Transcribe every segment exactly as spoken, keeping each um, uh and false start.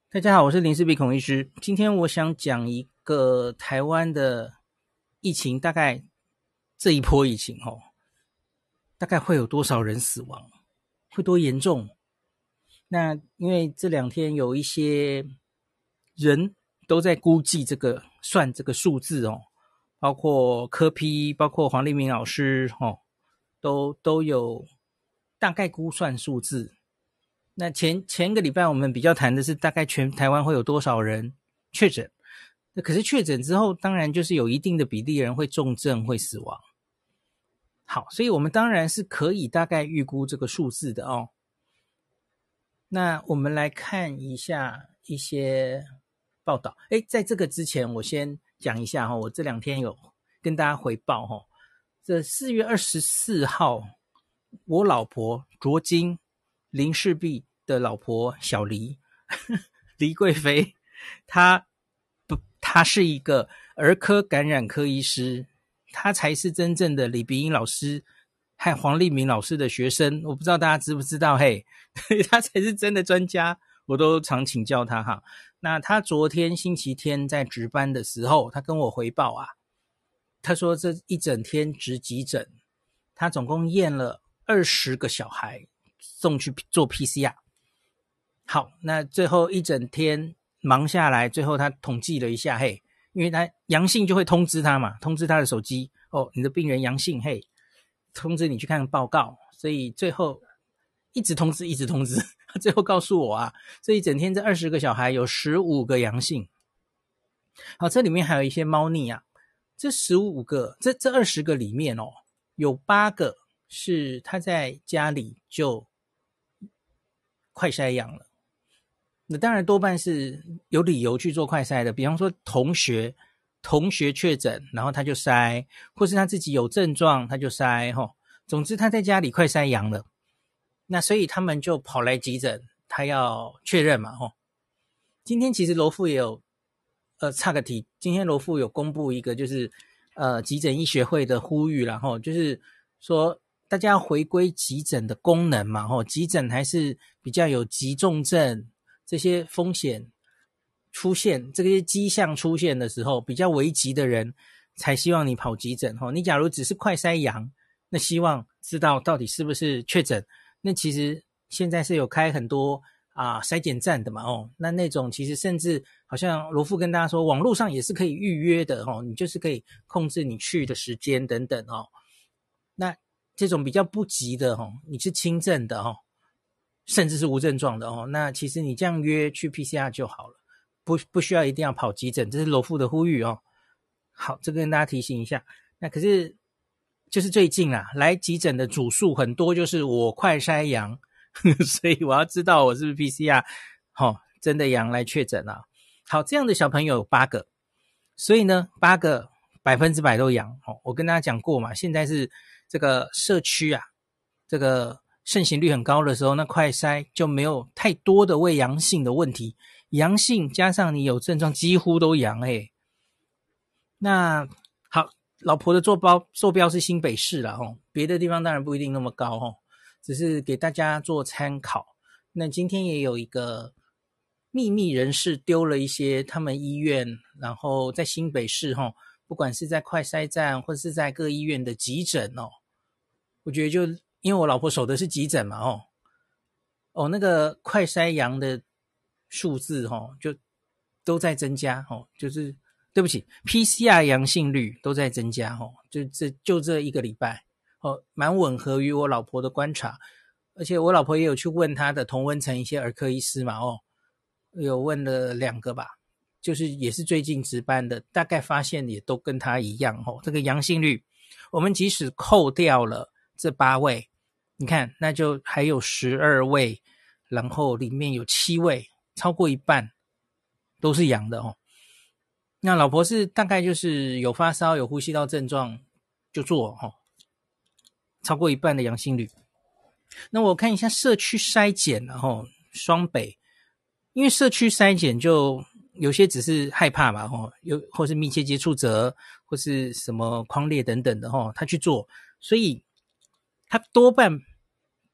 大家好，我是林氏鼻孔医师。今天我想讲一个台湾的疫情，大概这一波疫情哦，大概会有多少人死亡，会多严重？那因为这两天有一些人都在估计这个算这个数字哦，包括柯 P， 包括黄立明老师哦，都都有大概估算数字。那前前个礼拜我们比较谈的是大概全台湾会有多少人确诊，那可是确诊之后当然就是有一定的比例人会重症会死亡。好，所以我们当然是可以大概预估这个数字的哦。那我们来看一下一些报道。诶，在这个之前我先讲一下哈、哦，我这两天有跟大家回报哈、哦，这四月二十四号我老婆卓金林氏璧的老婆小黎黎贵妃，她不，她是一个儿科感染科医师，她才是真正的李鼻英老师和黄立明老师的学生。我不知道大家知不知道，嘿，她才是真的专家，我都常请教她哈。那她昨天星期天在值班的时候，她跟我回报啊，她说这一整天值急诊，她总共验了二十个小孩送去做 P C R。 好，那最后一整天忙下来，最后他统计了一下，嘿，因为他阳性就会通知他嘛，通知他的手机，哦，你的病人阳性，嘿，通知你去看报告，所以最后一直通知一直通知，他最后告诉我啊，这一整天这二十个小孩有十五个阳性。好，这里面还有一些猫腻啊，这十五个这这二十个里面哦，有八个是他在家里就快筛阳了。那当然多半是有理由去做快筛的，比方说同学同学确诊，然后他就筛，或是他自己有症状他就筛齁。总之他在家里快筛阳了，那所以他们就跑来急诊，他要确认嘛齁。今天其实罗富也有呃岔个题，今天罗富有公布一个就是呃急诊医学会的呼吁啦齁，就是说大家要回归急诊的功能嘛齁，急诊还是比较有急重症这些风险出现，这些迹象出现的时候，比较危急的人才希望你跑急诊。你假如只是快筛阳，那希望知道到底是不是确诊，那其实现在是有开很多啊筛检站的嘛，哦，那那种其实甚至好像罗富跟大家说，网络上也是可以预约的哦，你就是可以控制你去的时间等等哦。那这种比较不急的哦，你是轻症的哦，甚至是无症状的哦，那其实你这样约去 P C R 就好了，不不需要一定要跑急诊，这是罗富的呼吁哦。好，这个跟大家提醒一下。那可是就是最近啊，来急诊的主诉很多就是我快筛阳，所以我要知道我是不是 P C R 哦，真的阳来确诊啊。好，这样的小朋友有八个，所以呢，八个百分之百都阳哦。我跟大家讲过嘛，现在是这个社区啊，这个盛行率很高的时候，那快筛就没有太多的为阳性的问题，阳性加上你有症状几乎都阳诶。那好，老婆的坐标坐标是新北市啦齁，别的地方当然不一定那么高齁，只是给大家做参考。那今天也有一个秘密人士丢了一些他们医院，然后在新北市齁，不管是在快筛站或是在各医院的急诊哦，我觉得就因为我老婆守的是急诊嘛哦，哦那个快筛阳的数字哦，就都在增加哦，就是对不起 P C R 阳性率都在增加哦，就这就这一个礼拜哦，蛮吻合于我老婆的观察，而且我老婆也有去问她的同温层一些儿科医师嘛哦，有问了两个吧，就是也是最近值班的，大概发现也都跟她一样哦，这个阳性率我们即使扣掉了这八位，你看那就还有十二位，然后里面有七位，超过一半都是阳的哦。那老婆是大概就是有发烧有呼吸道症状就做哦，超过一半的阳性率。那我看一下社区筛检然后双北，因为社区筛检就有些只是害怕嘛齁，有或是密切接触者或是什么匡列等等的齁，他去做，所以他多半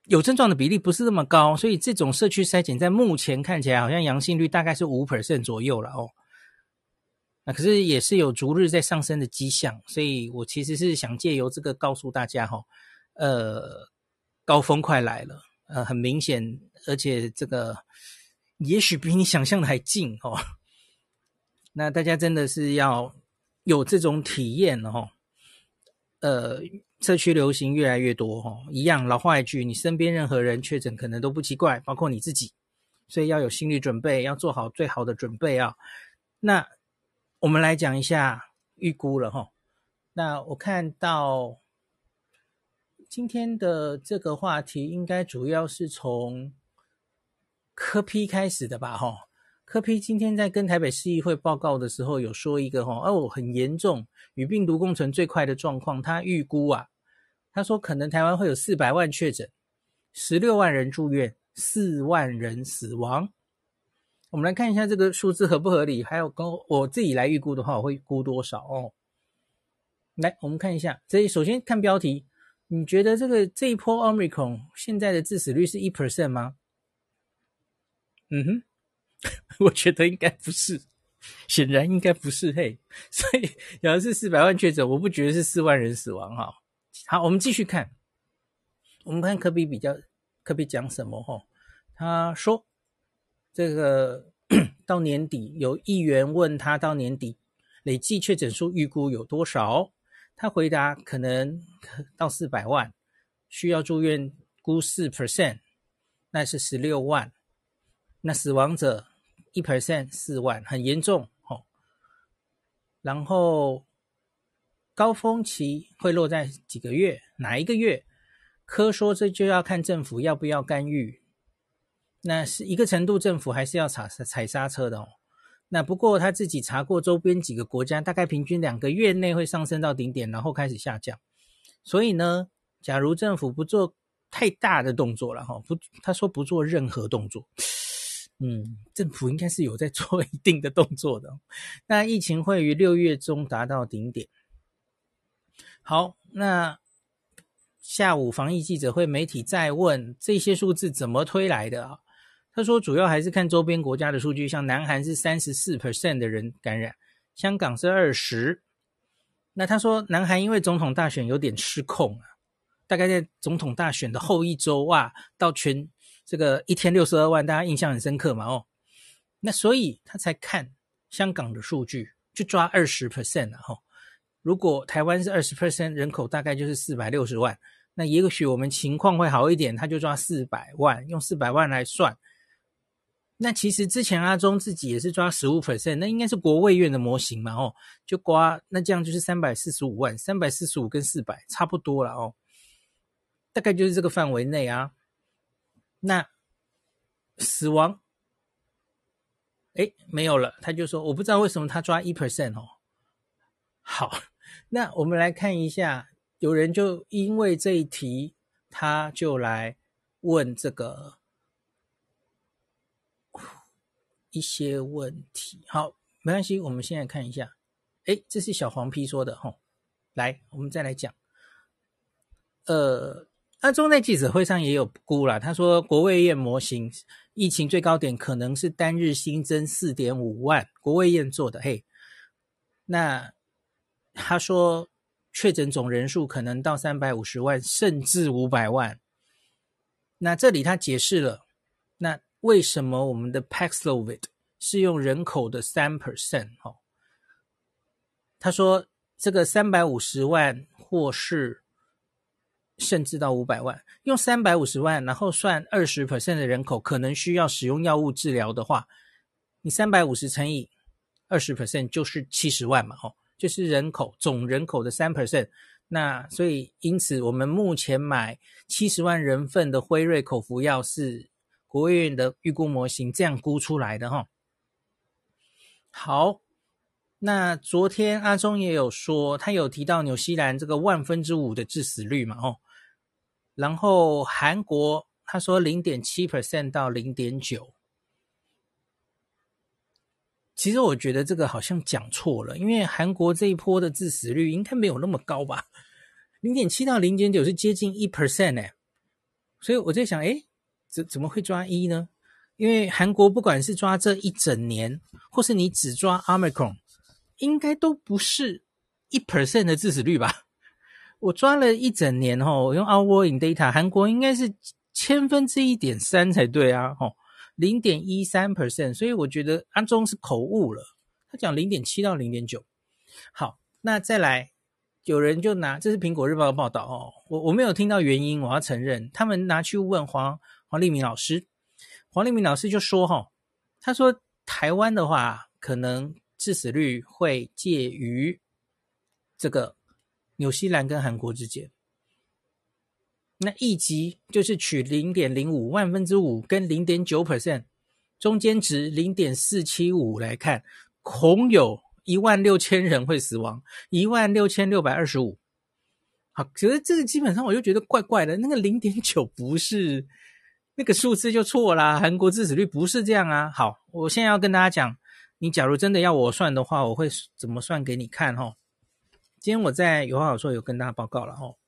有症状的比例不是那么高，所以这种社区筛检在目前看起来好像阳性率大概是 百分之五 左右了哦。那可是也是有逐日在上升的迹象，所以我其实是想借由这个告诉大家哈、哦，呃，高峰快来了，呃，很明显，而且这个也许比你想象的还近哦。那大家真的是要有这种体验哦。呃，社区流行越来越多哦，一样老话一句，你身边任何人确诊可能都不奇怪，包括你自己，所以要有心理准备，要做好最好的准备啊。那我们来讲一下预估了哈。那我看到今天的这个话题，应该主要是从柯 P 开始的吧哈。柯 P 今天在跟台北市议会报告的时候，有说一个哈哦很严重与病毒共存最快的状况，他预估啊，他说可能台湾会有四百万确诊，十六万人住院，四万人死亡。我们来看一下这个数字合不合理，还有跟我自己来预估的话，我会估多少哦？来，我们看一下，这首先看标题，你觉得这个这一波 Omicron 现在的致死率是 百分之一 吗？嗯哼。我觉得应该不是，显然应该不是嘿，所以假如是四百万确诊，我不觉得是四万人死亡哈。好，我们继续看，我们看科比比较，科比讲什么哈？他说这个到年底有议员问他到年底累计确诊数预估有多少，他回答可能到四百万，需要住院估 百分之四， 那是十六万。那死亡者 百分之一 四万，很严重、哦、然后高峰期会落在几个月，哪一个月？科说这就要看政府要不要干预，那是一个程度政府还是要踩踩刹车的哦。那不过他自己查过周边几个国家，大概平均两个月内会上升到顶点，然后开始下降。所以呢，假如政府不做太大的动作了哈，不，他说不做任何动作。嗯，政府应该是有在做一定的动作的。那疫情会于六月中达到顶点。好，那下午防疫记者会，媒体再问这些数字怎么推来的啊？他说主要还是看周边国家的数据，像南韩是 百分之三十四 的人感染，香港是 百分之二十。那他说南韩因为总统大选有点失控啊，大概在总统大选的后一周哇，到全这个一天六十二万，大家印象很深刻嘛哦。那所以他才看香港的数据，就抓 百分之二十 啊吼。如果台湾是 百分之二十 人口，大概就是四百六十万，那也许我们情况会好一点，他就抓四百万，用四百万来算。那其实之前阿中自己也是抓 百分之十五， 那应该是国卫院的模型嘛哦，就刮，那这样就是三百四十五万，三百四十五跟四百差不多了哦，大概就是这个范围内啊。那死亡诶没有了，他就说我不知道为什么他抓 百分之一 哦。好，那我们来看一下，有人就因为这一题他就来问这个一些问题。好，没关系，我们现在看一下。诶，这是小黄 P 说的齁。来，我们再来讲。呃，阿中在记者会上也有估啦，他说国卫院模型疫情最高点可能是单日新增 四点五万，国卫院做的。嘿，那他说确诊总人数可能到三百五十万甚至五百万。那这里他解释了，那为什么我们的 Paxlovid 是用人口的 百分之三、哦、他说这个三百五十万或是甚至到五百万，用三百五十万然后算 百分之二十 的人口可能需要使用药物治疗的话，你三百五十乘以 百分之二十 就是七十万嘛、哦、就是人口总人口的 百分之三。 那所以因此我们目前买七十万人份的辉瑞口服药是国卫院的预估模型这样估出来的、哦、好，那昨天阿中也有说，他有提到纽西兰这个万分之五的致死率嘛哦，然后韩国他说 百分之零点七 到 零点九。其实我觉得这个好像讲错了，因为韩国这一波的致死率应该没有那么高吧， 零点七 到 零点九 是接近 百分之一 耶。 所以我在想，诶，怎怎么会抓一呢？因为韩国不管是抓这一整年，或是你只抓 Omicron， 应该都不是 百分之一 的致死率吧？我抓了一整年齁，我用 Our in Data， 韩国应该是千分之一点三才对啊，齁 零点一三 百分之一， 所以我觉得阿中是口误了，他讲 零点七 到 零点九。 好，那再来有人就拿，这是苹果日报的报道哦，我我没有听到原因，我要承认，他们拿去问黄黄立明老师，黄立明老师就说齁，他说台湾的话可能致死率会介于这个纽西兰跟韩国之间，那一级就是取 零点零五 万分之五跟 零点九 百分之一 中间值 零点四七五 来看，恐有一万六千人会死亡，一万六千六百二十五。好，可是这个基本上我就觉得怪怪的，那个 零点九 不是那个数字就错啦，韩国致死率不是这样啊。好，我现在要跟大家讲，你假如真的要我算的话，我会怎么算给你看齁。今天我在有话好说有跟大家报告了齁。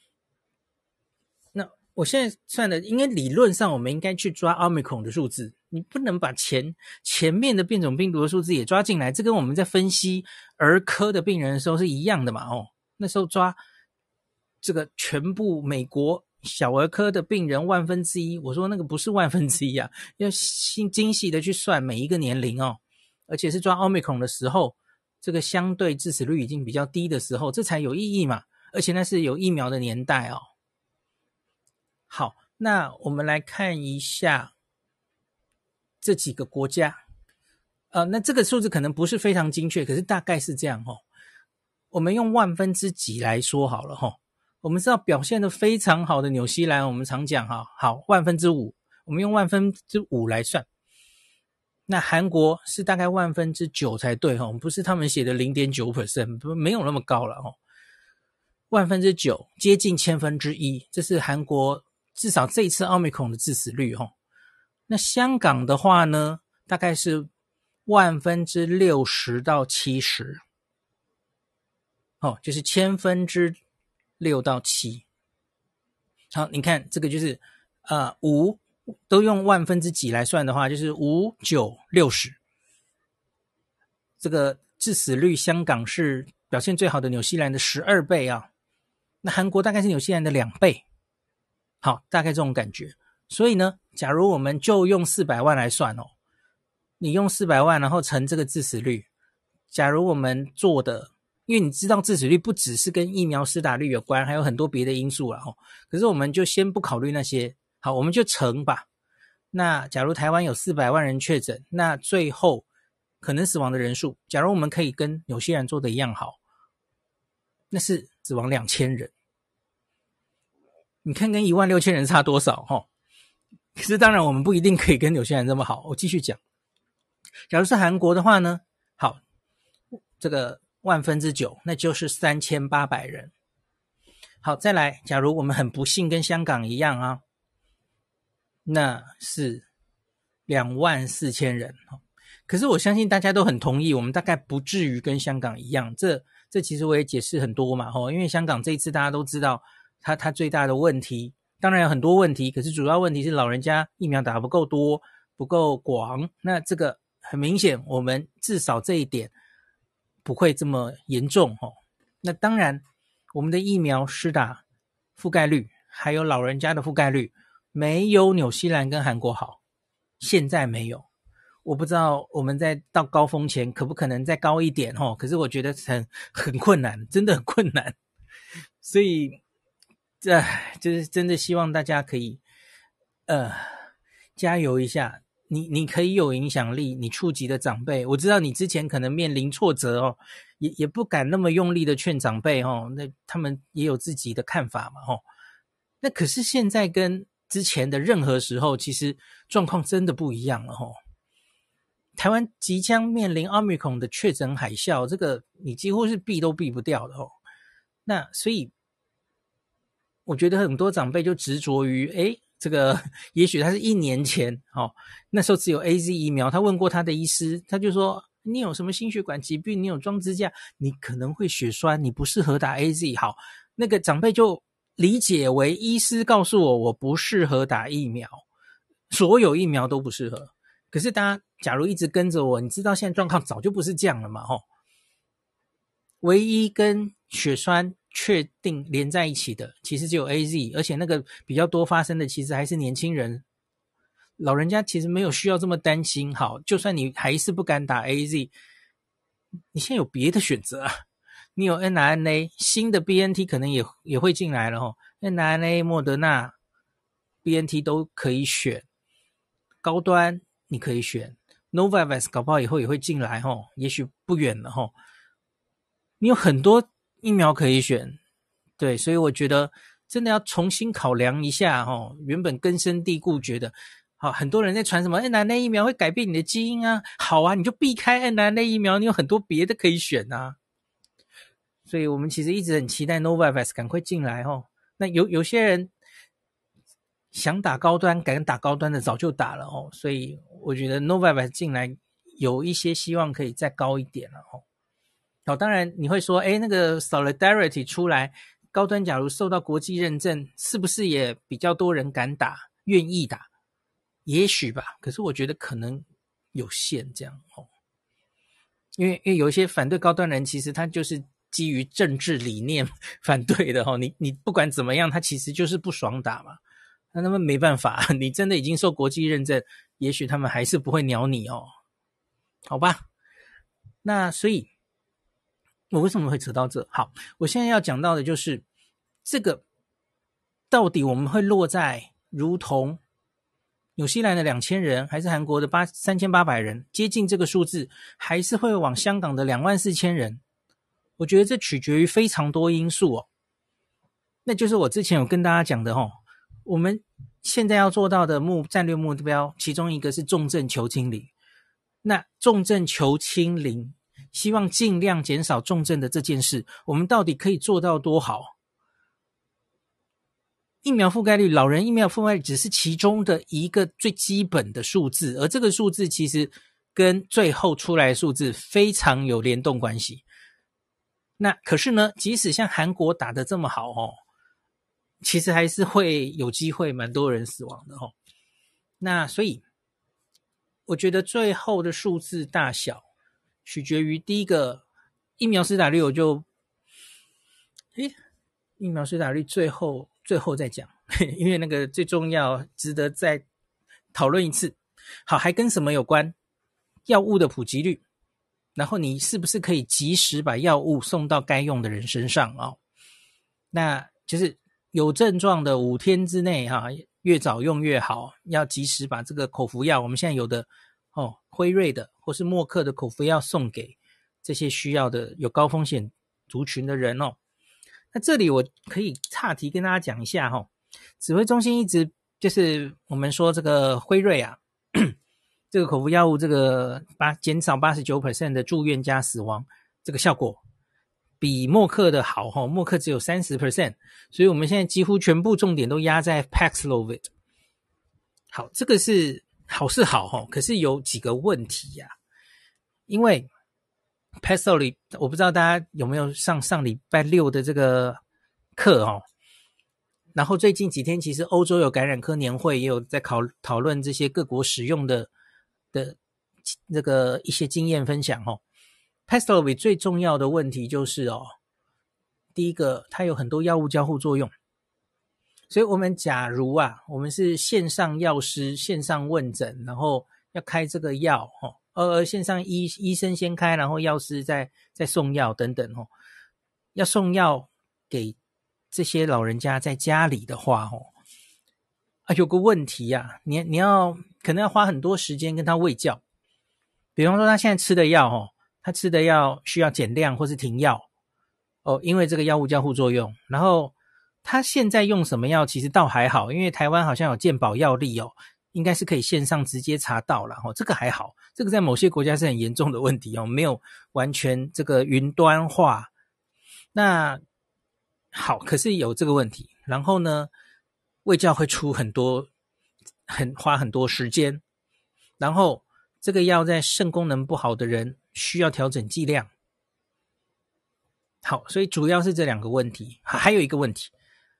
那我现在算的，应该理论上我们应该去抓 Omicron 的数字，你不能把前前面的变种病毒的数字也抓进来，这跟我们在分析儿科的病人的时候是一样的嘛哦，那时候抓这个全部美国小儿科的病人万分之一，我说那个不是万分之一啊，要精细的去算每一个年龄哦，而且是抓 Omicron 的时候，这个相对致死率已经比较低的时候，这才有意义嘛，而且那是有疫苗的年代哦。好，那我们来看一下这几个国家，呃，那这个数字可能不是非常精确，可是大概是这样哦。我们用万分之几来说好了哦。我们知道表现得非常好的纽西兰，我们常讲哈，好万分之五，我们用万分之五来算。那韩国是大概万分之九才对哦，不是他们写的 零点九 百分之一， 没有那么高了哦。万分之九，接近千分之一，这是韩国至少这一次奥密克戎的致死率齁。那香港的话呢，大概是万分之六十到七十，哦，就是千分之六到七。好，你看这个就是呃五都用万分之几来算的话，就是五九六十。这个致死率，香港是表现最好的纽西兰的十二倍啊，那韩国大概是纽西兰的两倍。好，大概这种感觉。所以呢，假如我们就用四百万来算哦，你用四百万然后乘这个致死率，假如我们做的，因为你知道致死率不只是跟疫苗施打率有关，还有很多别的因素啦哦。可是我们就先不考虑那些，好，我们就乘吧。那假如台湾有四百万人确诊，那最后可能死亡的人数，假如我们可以跟纽西兰做的一样好，那是死亡两千人。你看跟一万六千人差多少齁？可是当然我们不一定可以跟纽西兰这么好，我继续讲。假如是韩国的话呢，好，这个万分之九，那就是三千八百人。好，再来，假如我们很不幸跟香港一样啊，那是两万四千人。可是我相信大家都很同意，我们大概不至于跟香港一样。这这其实我也解释很多嘛，因为香港这一次大家都知道它它最大的问题，当然有很多问题，可是主要问题是老人家疫苗打不够多，不够广。那这个很明显，我们至少这一点不会这么严重齁。那当然，我们的疫苗施打覆盖率，还有老人家的覆盖率，没有纽西兰跟韩国好，现在没有。我不知道我们在到高峰前可不可能再高一点齁，可是我觉得很很困难，真的很困难。所以这就是真的希望大家可以呃加油一下。你你可以有影响力，你触及的长辈，我知道你之前可能面临挫折哦，也也不敢那么用力的劝长辈哦，那他们也有自己的看法嘛哦。那可是现在跟之前的任何时候，其实状况真的不一样了哦。台湾即将面临 Omicron 的确诊海啸，这个你几乎是避都避不掉的哦。那所以我觉得很多长辈就执着于，诶，这个也许他是一年前哦，那时候只有 A Z 疫苗，他问过他的医师，他就说你有什么心血管疾病，你有装支架，你可能会血栓，你不适合打 A Z。 好，那个长辈就理解为医师告诉我我不适合打疫苗，所有疫苗都不适合。可是大家假如一直跟着我，你知道现在状况早就不是这样了嘛齁。唯一跟血栓确定连在一起的其实只有 A Z， 而且那个比较多发生的其实还是年轻人，老人家其实没有需要这么担心。好，就算你还是不敢打 A Z， 你现在有别的选择啊，你有 N R N A， 新的 B N T 可能也也会进来了齁 ，N R N A、莫德纳、B N T 都可以选，高端你可以选 Novavax， 搞不好以后也会进来齁，也许不远了齁。你有很多疫苗可以选，对，所以我觉得真的要重新考量一下齁，原本根深蒂固觉得，好，很多人在传什么 N R N A 疫苗会改变你的基因啊，好啊，你就避开 N R N A 疫苗，你有很多别的可以选啊。所以我们其实一直很期待 Novavax 赶快进来齁。那有有些人想打高端，敢打高端的早就打了齁，所以我觉得 Novavax 进来有一些希望可以再高一点了齁。好，当然你会说，诶，那个 Solidarity 出来，高端假如受到国际认证，是不是也比较多人敢打，愿意打？也许吧，可是我觉得可能有限这样哦。因为因为有一些反对高端人，其实他就是基于政治理念反对的哦。你你不管怎么样，他其实就是不爽打嘛。那他们没办法，你真的已经受国际认证，也许他们还是不会鸟你哦。好吧，那所以。我为什么会扯到这？好，我现在要讲到的就是这个到底我们会落在如同纽西兰的两千人，还是韩国的八三千八百人，接近这个数字，还是会往香港的两万四千人？我觉得这取决于非常多因素哦。那就是我之前有跟大家讲的哦，我们现在要做到的目战略目标，其中一个是重症求清零。那重症求清零，希望尽量减少重症的这件事，我们到底可以做到多好？疫苗覆盖率，老人疫苗覆盖率只是其中的一个最基本的数字，而这个数字其实跟最后出来的数字非常有联动关系。那可是呢，即使像韩国打得这么好哦，其实还是会有机会蛮多人死亡的哦。那所以我觉得最后的数字大小取决于第一个疫苗施打率，我就诶疫苗施打率最后最后再讲，因为那个最重要值得再讨论一次。好，还跟什么有关？药物的普及率，然后你是不是可以及时把药物送到该用的人身上哦？那就是有症状的五天之内哈、啊，越早用越好，要及时把这个口服药，我们现在有的哦，辉瑞的或是默克的口服药送给这些需要的有高风险族群的人哦。那这里我可以岔题跟大家讲一下哈、哦，指挥中心一直就是我们说这个辉瑞啊，这个口服药物这个八减少 百分之八十九 的住院加死亡，这个效果比默克的好哈、哦，默克只有 百分之三十， 所以我们现在几乎全部重点都压在 Paxlovid。好，这个是好是好哈、哦，可是有几个问题呀、啊，因为 Paxlovid 我不知道大家有没有上上礼拜六的这个课哦，然后最近几天其实欧洲有感染科年会，也有在考讨论这些各国使用的的这个一些经验分享哦。Paxlovid 最重要的问题就是哦，第一个它有很多药物交互作用，所以我们假如啊，我们是线上药师线上问诊，然后要开这个药哦，呃线上医医生先开，然后药师再再送药等等哦，要送药给这些老人家在家里的话哦，啊有个问题啊，你你要可能要花很多时间跟他卫教，比方说他现在吃的药哦，他吃的药需要减量或是停药哦，因为这个药物交互作用，然后他现在用什么药其实倒还好，因为台湾好像有健保药历哦，应该是可以线上直接查到啦哦，这个还好，这个在某些国家是很严重的问题哦，没有完全这个云端化。那好，可是有这个问题，然后呢，卫教会出很多很花很多时间，然后这个药在肾功能不好的人需要调整剂量。好，所以主要是这两个问题，还有一个问题，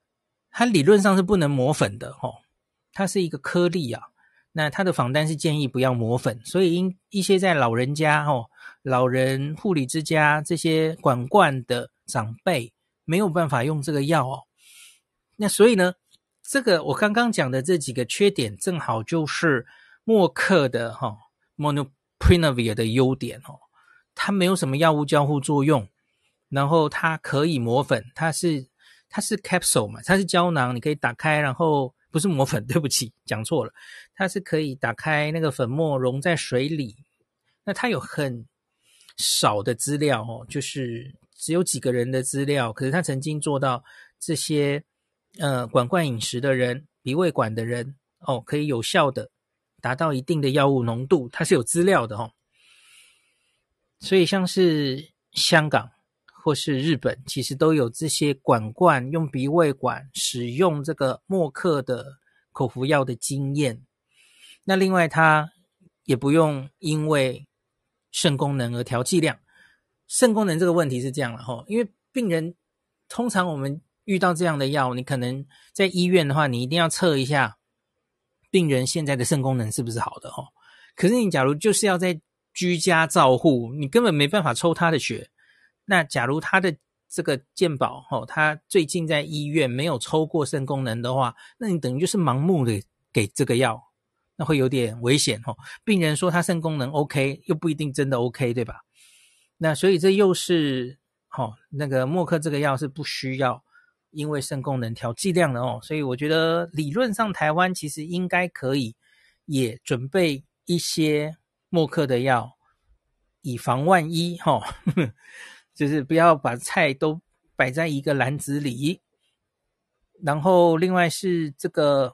它理论上是不能磨粉的哦，它是一个颗粒啊。那它的访单是建议不要磨粉，所以因一些在老人家哦、老人护理之家这些管灌的长辈没有办法用这个药哦。那所以呢，这个我刚刚讲的这几个缺点，正好就是默克的哈、哦、Molnupiravir 的优点哦，它没有什么药物交互作用，然后它可以磨粉，它是它是 capsule 嘛，它是胶囊，你可以打开，然后不是磨粉，对不起，讲错了，它是可以打开那个粉末溶在水里。那它有很少的资料哦，就是只有几个人的资料，可是他曾经做到这些呃管灌饮食的人、鼻胃管的人哦，可以有效的达到一定的药物浓度，它是有资料的哦。所以像是香港或是日本，其实都有这些管灌用鼻胃管使用这个默克的口服药的经验。那另外它也不用因为肾功能而调剂量。肾功能这个问题是这样了齁，因为病人通常我们遇到这样的药，你可能在医院的话，你一定要测一下病人现在的肾功能是不是好的齁。可是你假如就是要在居家照护，你根本没办法抽他的血。那假如他的这个健保齁，他最近在医院没有抽过肾功能的话，那你等于就是盲目的给这个药，那会有点危险齁。病人说他肾功能 OK， 又不一定真的 OK， 对吧？那所以这又是齁，那个默克这个药是不需要因为肾功能调剂量的哦，所以我觉得理论上台湾其实应该可以也准备一些默克的药，以防万一齁，就是不要把菜都摆在一个篮子里。然后另外是这个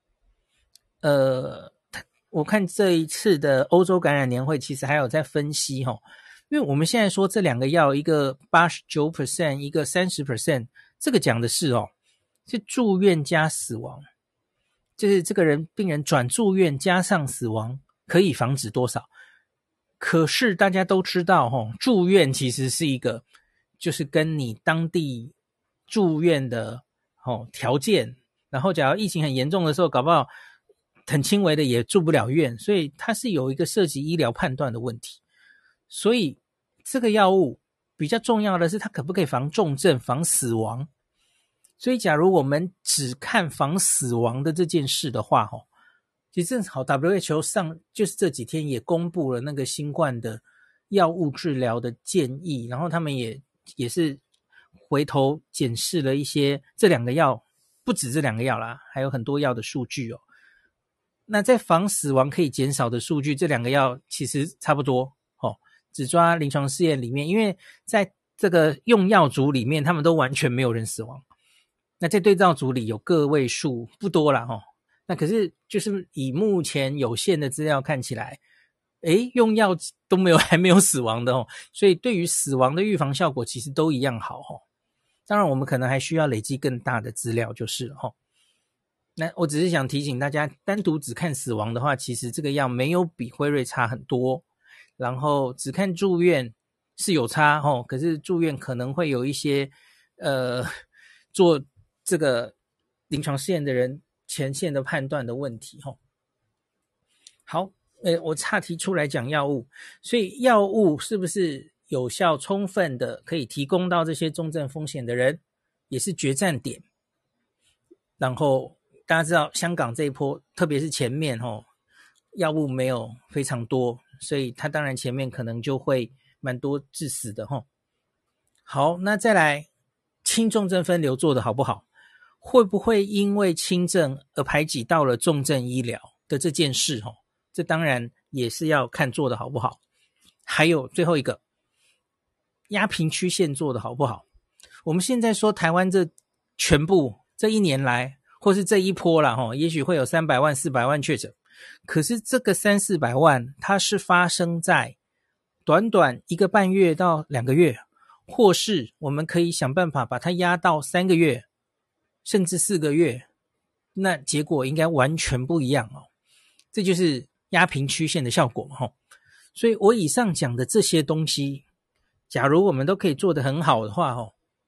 呃，我看这一次的欧洲感染年会其实还有在分析齁，因为我们现在说这两个药，一个 百分之八十九， 一个 百分之三十， 这个讲的是哦，是住院加死亡，就是这个人病人转住院加上死亡可以防止多少。可是大家都知道齁，住院其实是一个就是跟你当地住院的齁条件，然后假如疫情很严重的时候，搞不好很轻微的也住不了院，所以它是有一个涉及医疗判断的问题。所以这个药物比较重要的是它可不可以防重症、防死亡。所以假如我们只看防死亡的这件事的话，其实正好 W H O 上就是这几天也公布了那个新冠的药物治疗的建议，然后他们也也是回头检视了一些这两个药，不止这两个药啦，还有很多药的数据哦。那在防死亡可以减少的数据，这两个药其实差不多哦，只抓临床试验里面，因为在这个用药组里面，他们都完全没有人死亡。那在对照组里有个位数，不多啦齁。那可是就是以目前有限的资料看起来，诶，用药都没有还没有死亡的齁，所以对于死亡的预防效果其实都一样好齁。当然我们可能还需要累积更大的资料就是了齁。那我只是想提醒大家，单独只看死亡的话，其实这个药没有比辉瑞差很多。然后只看住院是有差齁，可是住院可能会有一些呃做这个临床试验的人前线的判断的问题齁。好，呃，我岔题出来讲药物，所以药物是不是有效充分的可以提供到这些重症风险的人，也是决战点。然后大家知道香港这一波，特别是前面齁，药物没有非常多，所以它当然前面可能就会蛮多致死的齁。好，那再来轻重症分流做得好不好？会不会因为轻症而排挤到了重症医疗的这件事齁？这当然也是要看做得好不好。还有最后一个，压平曲线做得好不好？我们现在说台湾这全部这一年来，或是这一波啦齁，也许会有三百万、四百万确诊。可是这个三四百万，它是发生在短短一个半月到两个月，或是我们可以想办法把它压到三个月，甚至四个月，那结果应该完全不一样哦。这就是压平曲线的效果齁。所以我以上讲的这些东西，假如我们都可以做得很好的话齁，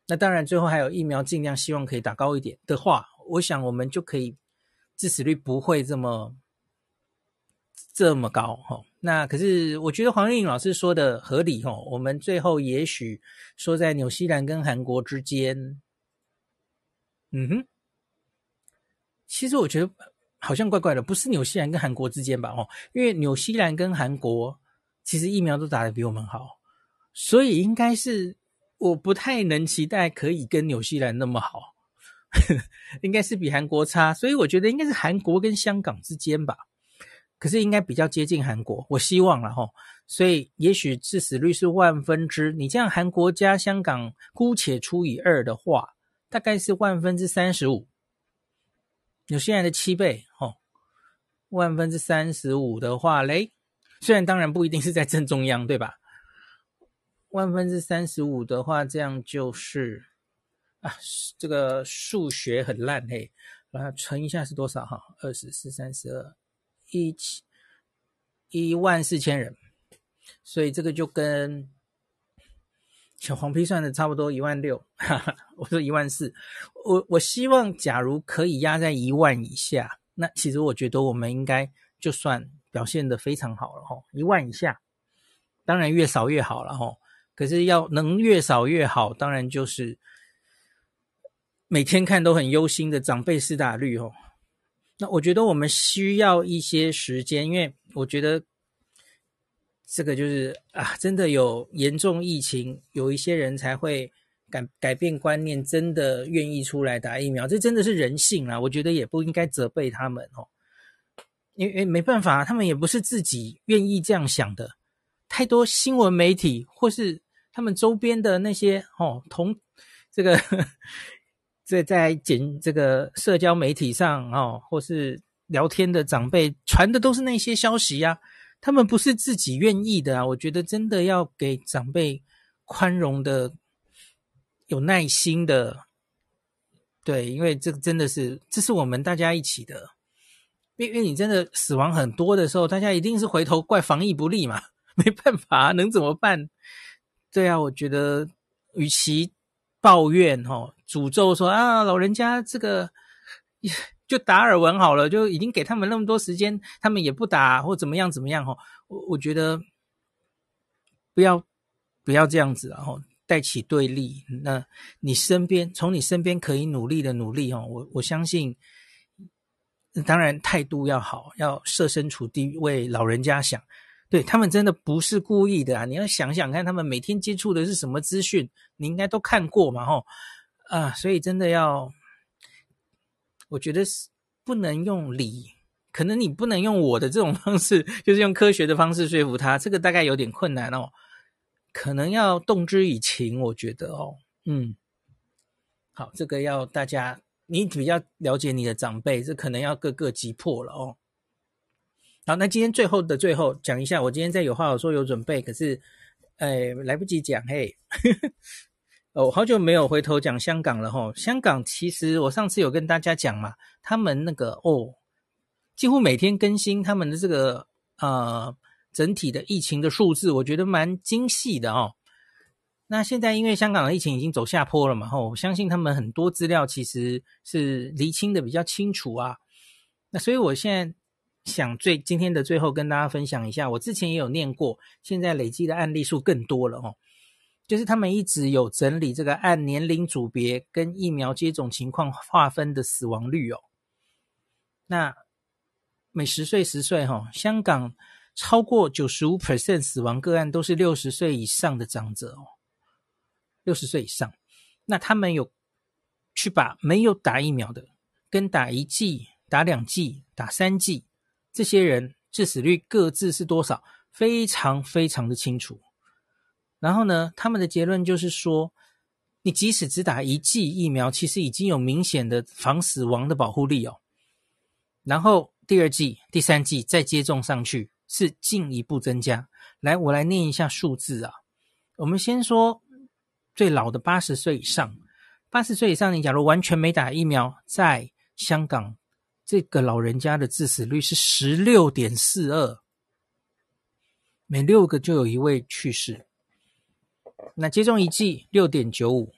那当然最后还有疫苗尽量希望可以打高一点的话，我想我们就可以致死率不会这么这么高、哦、那可是我觉得黄丽颖老师说的合理、哦、我们最后也许说在纽西兰跟韩国之间，嗯哼，其实我觉得好像怪怪的，不是纽西兰跟韩国之间吧？哦，因为纽西兰跟韩国其实疫苗都打得比我们好，所以应该是我不太能期待可以跟纽西兰那么好，应该是比韩国差，所以我觉得应该是韩国跟香港之间吧。可是应该比较接近韩国，我希望啦齁，所以也许致死率是万分之，你这样韩国加香港姑且除以二的话，大概是万分之三十五，纽西兰的七倍齁，万分之三十五的话嘞，虽然当然不一定是在正中央，对吧？万分之三十五的话，这样就是啊，这个数学很烂嘿，然后乘一下是多少哈？二十四、三十二。一一万四千人，所以这个就跟小黄批算的差不多一万六，哈哈，我说一万四，我我希望假如可以压在一万以下，那其实我觉得我们应该就算表现得非常好了齁，一万以下，当然越少越好了齁，可是要能越少越好，当然就是每天看都很忧心的长辈施打率齁。那我觉得我们需要一些时间，因为我觉得这个就是啊，真的有严重疫情，有一些人才会改改变观念，真的愿意出来打疫苗，这真的是人性啊！我觉得也不应该责备他们哦，因为没办法，他们也不是自己愿意这样想的。太多新闻媒体或是他们周边的那些哦同这个。在在简这个社交媒体上哦，或是聊天的长辈传的都是那些消息啊，他们不是自己愿意的啊。我觉得真的要给长辈宽容的、有耐心的，对，因为这个真的是这是我们大家一起的。因为你真的死亡很多的时候，大家一定是回头怪防疫不力嘛，没办法，能怎么办？对啊，我觉得与其抱怨齁，诅咒说啊，老人家这个就达尔文好了，就已经给他们那么多时间，他们也不打或怎么样怎么样齁，我我觉得不要不要这样子啊齁，带起对立。那你身边从你身边可以努力的努力齁，我我相信，当然态度要好，要设身处地为老人家想。对，他们真的不是故意的啊！你要想想看，他们每天接触的是什么资讯，你应该都看过嘛，吼啊！所以真的要，我觉得是不能用理，可能你不能用我的这种方式，就是用科学的方式说服他，这个大概有点困难哦。可能要动之以情，我觉得哦，嗯，好，这个要大家，你比较了解你的长辈，这可能要各个击破了哦。好，那今天最后的最后讲一下，我今天在有话好说有准备，可是，哎，来不及讲嘿。哦，好久没有回头讲香港了齁。香港其实我上次有跟大家讲嘛，他们那个哦，几乎每天更新他们的这个呃整体的疫情的数字，我觉得蛮精细的哦。那现在因为香港的疫情已经走下坡了嘛，齁，我相信他们很多资料其实是厘清的比较清楚啊。那所以我现在想最今天的最后跟大家分享一下，我之前也有念过，现在累积的案例数更多了哦。就是他们一直有整理这个按年龄组别跟疫苗接种情况划分的死亡率哦。那每十岁十岁哦，香港超过 百分之九十五 死亡个案都是六十岁以上的长者哦，六十岁以上。那他们有去把没有打疫苗的跟打一剂、打两剂、打三剂这些人致死率各自是多少，非常非常的清楚。然后呢，他们的结论就是说，你即使只打一剂疫苗，其实已经有明显的防死亡的保护力哦。然后第二剂、第三剂再接种上去，是进一步增加。来，我来念一下数字啊。我们先说最老的八十岁以上，八十岁以上，你假如完全没打疫苗，在香港这个老人家的致死率是 十六点四二， 每六个就有一位去世。那接种一剂 六点九五，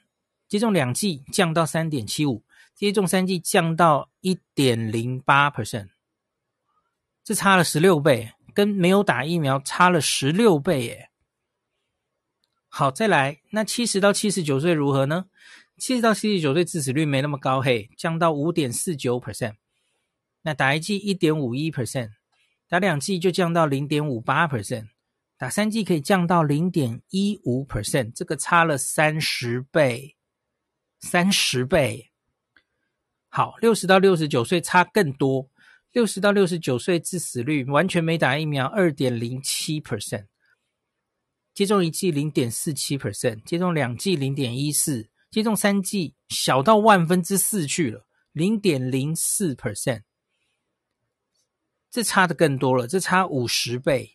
接种两剂降到 三点七五， 接种三剂降到 一点零八 percent， 这差了十六倍，跟没有打疫苗差了十六倍耶。好，再来，那七十到七十九岁如何呢？七十到七十九岁致死率没那么高，嘿，降到 五点四九 percent， 那打一剂 一点五一 percent， 打两剂就降到 零点五八 percent， 打三剂可以降到 零点一五 percent， 这个差了三十倍，三十倍。好，六十到六十九岁差更多，六十到六十九岁致死率完全没打疫苗 二点零七 percent， 接种一剂 零点四七 percent， 接种两剂 零点一四， 接种三剂小到万分之四去了 零点零四 percent， 这差的更多了，这差五十倍。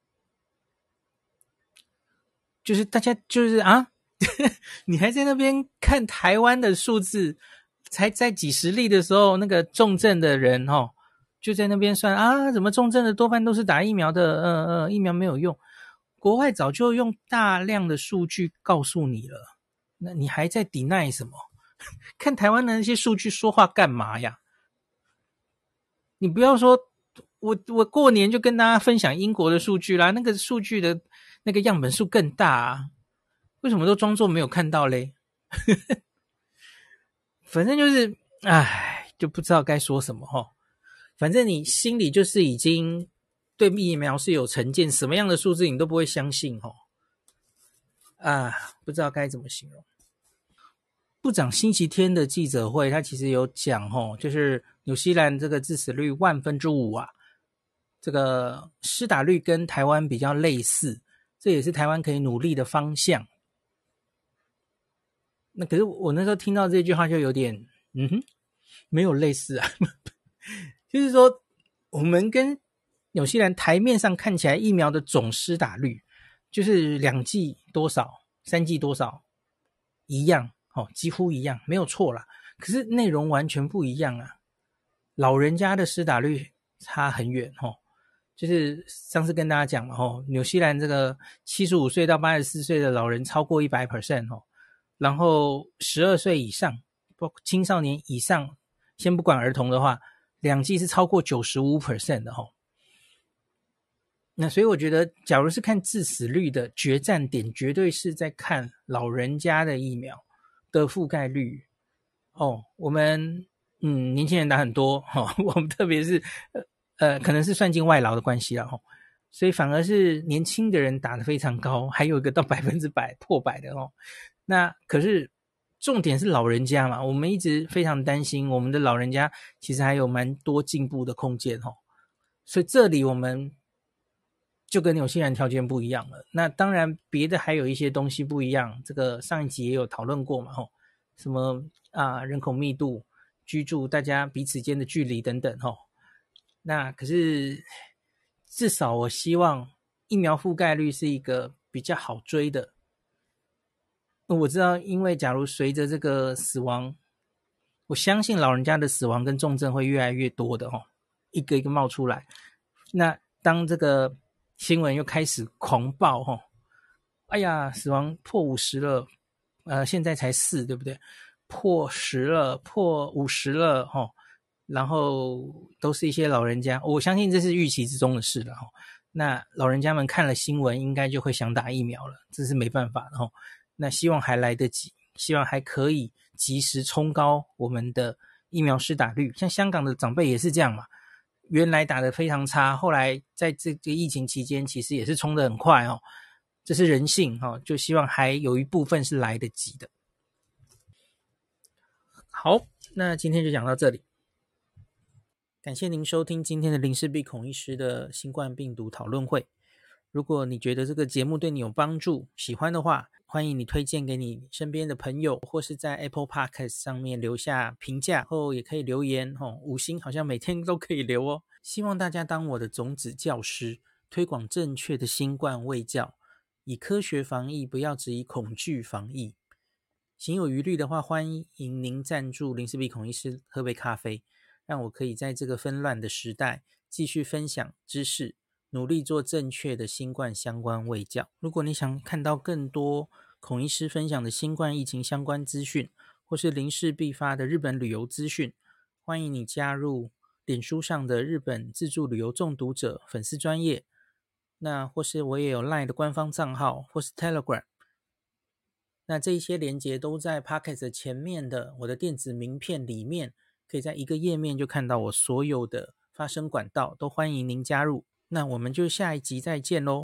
就是大家就是啊你还在那边看台湾的数字，才在几十例的时候，那个重症的人哦，就在那边算啊，怎么重症的多半都是打疫苗的，呃呃，疫苗没有用。国外早就用大量的数据告诉你了，那你还在 deny 什么？看台湾的那些数据说话干嘛呀？你不要说我我过年就跟大家分享英国的数据啦，那个数据的那个样本数更大啊，为什么都装作没有看到嘞？反正就是唉，就不知道该说什么齁。反正你心里就是已经对疫苗是有成见，什么样的数字你都不会相信齁。啊，不知道该怎么形容。部长星期天的记者会，他其实有讲齁，就是纽西兰这个致死率万分之五啊，这个施打率跟台湾比较类似，这也是台湾可以努力的方向。那可是我那时候听到这句话就有点嗯哼，没有类似啊就是说我们跟纽西兰台面上看起来疫苗的总施打率就是两剂多少三剂多少一样哦，几乎一样，没有错啦，可是内容完全不一样啊。老人家的施打率差很远哦，就是上次跟大家讲了哦，纽西兰这个七十五岁到八十四岁的老人超过 百分之百 哦，然后十二岁以上青少年以上，先不管儿童的话，两剂是超过 百分之九十五 的齁。那所以我觉得假如是看致死率的决战点，绝对是在看老人家的疫苗的覆盖率哦。我们嗯年轻人打很多齁、哦，我们特别是呃呃可能是算进外劳的关系啦齁，所以反而是年轻的人打得非常高，还有一个到百分之百破百的哦。那可是重点是老人家嘛，我们一直非常担心我们的老人家其实还有蛮多进步的空间哦。所以这里我们就跟纽西兰条件不一样了。那当然别的还有一些东西不一样，这个上一集也有讨论过嘛吼，什么啊人口密度、居住大家彼此间的距离等等吼。那可是至少我希望疫苗覆盖率是一个比较好追的。我知道因为假如随着这个死亡，我相信老人家的死亡跟重症会越来越多的齁，一个一个冒出来。那当这个新闻又开始狂爆齁，哎呀死亡破五十了，呃现在才四对不对，破十了，破五十了齁，然后都是一些老人家，我相信这是预期之中的事了齁。那老人家们看了新闻应该就会想打疫苗了，这是没办法的齁。那希望还来得及，希望还可以及时冲高我们的疫苗施打率。像香港的长辈也是这样嘛，原来打得非常差，后来在这个疫情期间其实也是冲得很快哦，这是人性哦，就希望还有一部分是来得及的。好，那今天就讲到这里，感谢您收听今天的林氏璧孔医师的新冠病毒讨论会。如果你觉得这个节目对你有帮助，喜欢的话，欢迎你推荐给你身边的朋友，或是在 Apple Podcast 上面留下评价，后也可以留言哦，五星好像每天都可以留哦。希望大家当我的种子教师，推广正确的新冠卫教，以科学防疫，不要只以恐惧防疫。行有余力的话，欢迎您赞助林氏璧孔医师喝杯咖啡，让我可以在这个纷乱的时代继续分享知识，努力做正确的新冠相关卫教。如果你想看到更多孔医师分享的新冠疫情相关资讯，或是零事必发的日本旅游资讯，欢迎你加入脸书上的日本自助旅游中毒者粉丝专页，那或是我也有 LINE 的官方账号，或是 Telegram。那这一些连结都在 Podcast 前面的我的电子名片里面，可以在一个页面就看到我所有的发声管道，都欢迎您加入。那我们就下一集再见咯。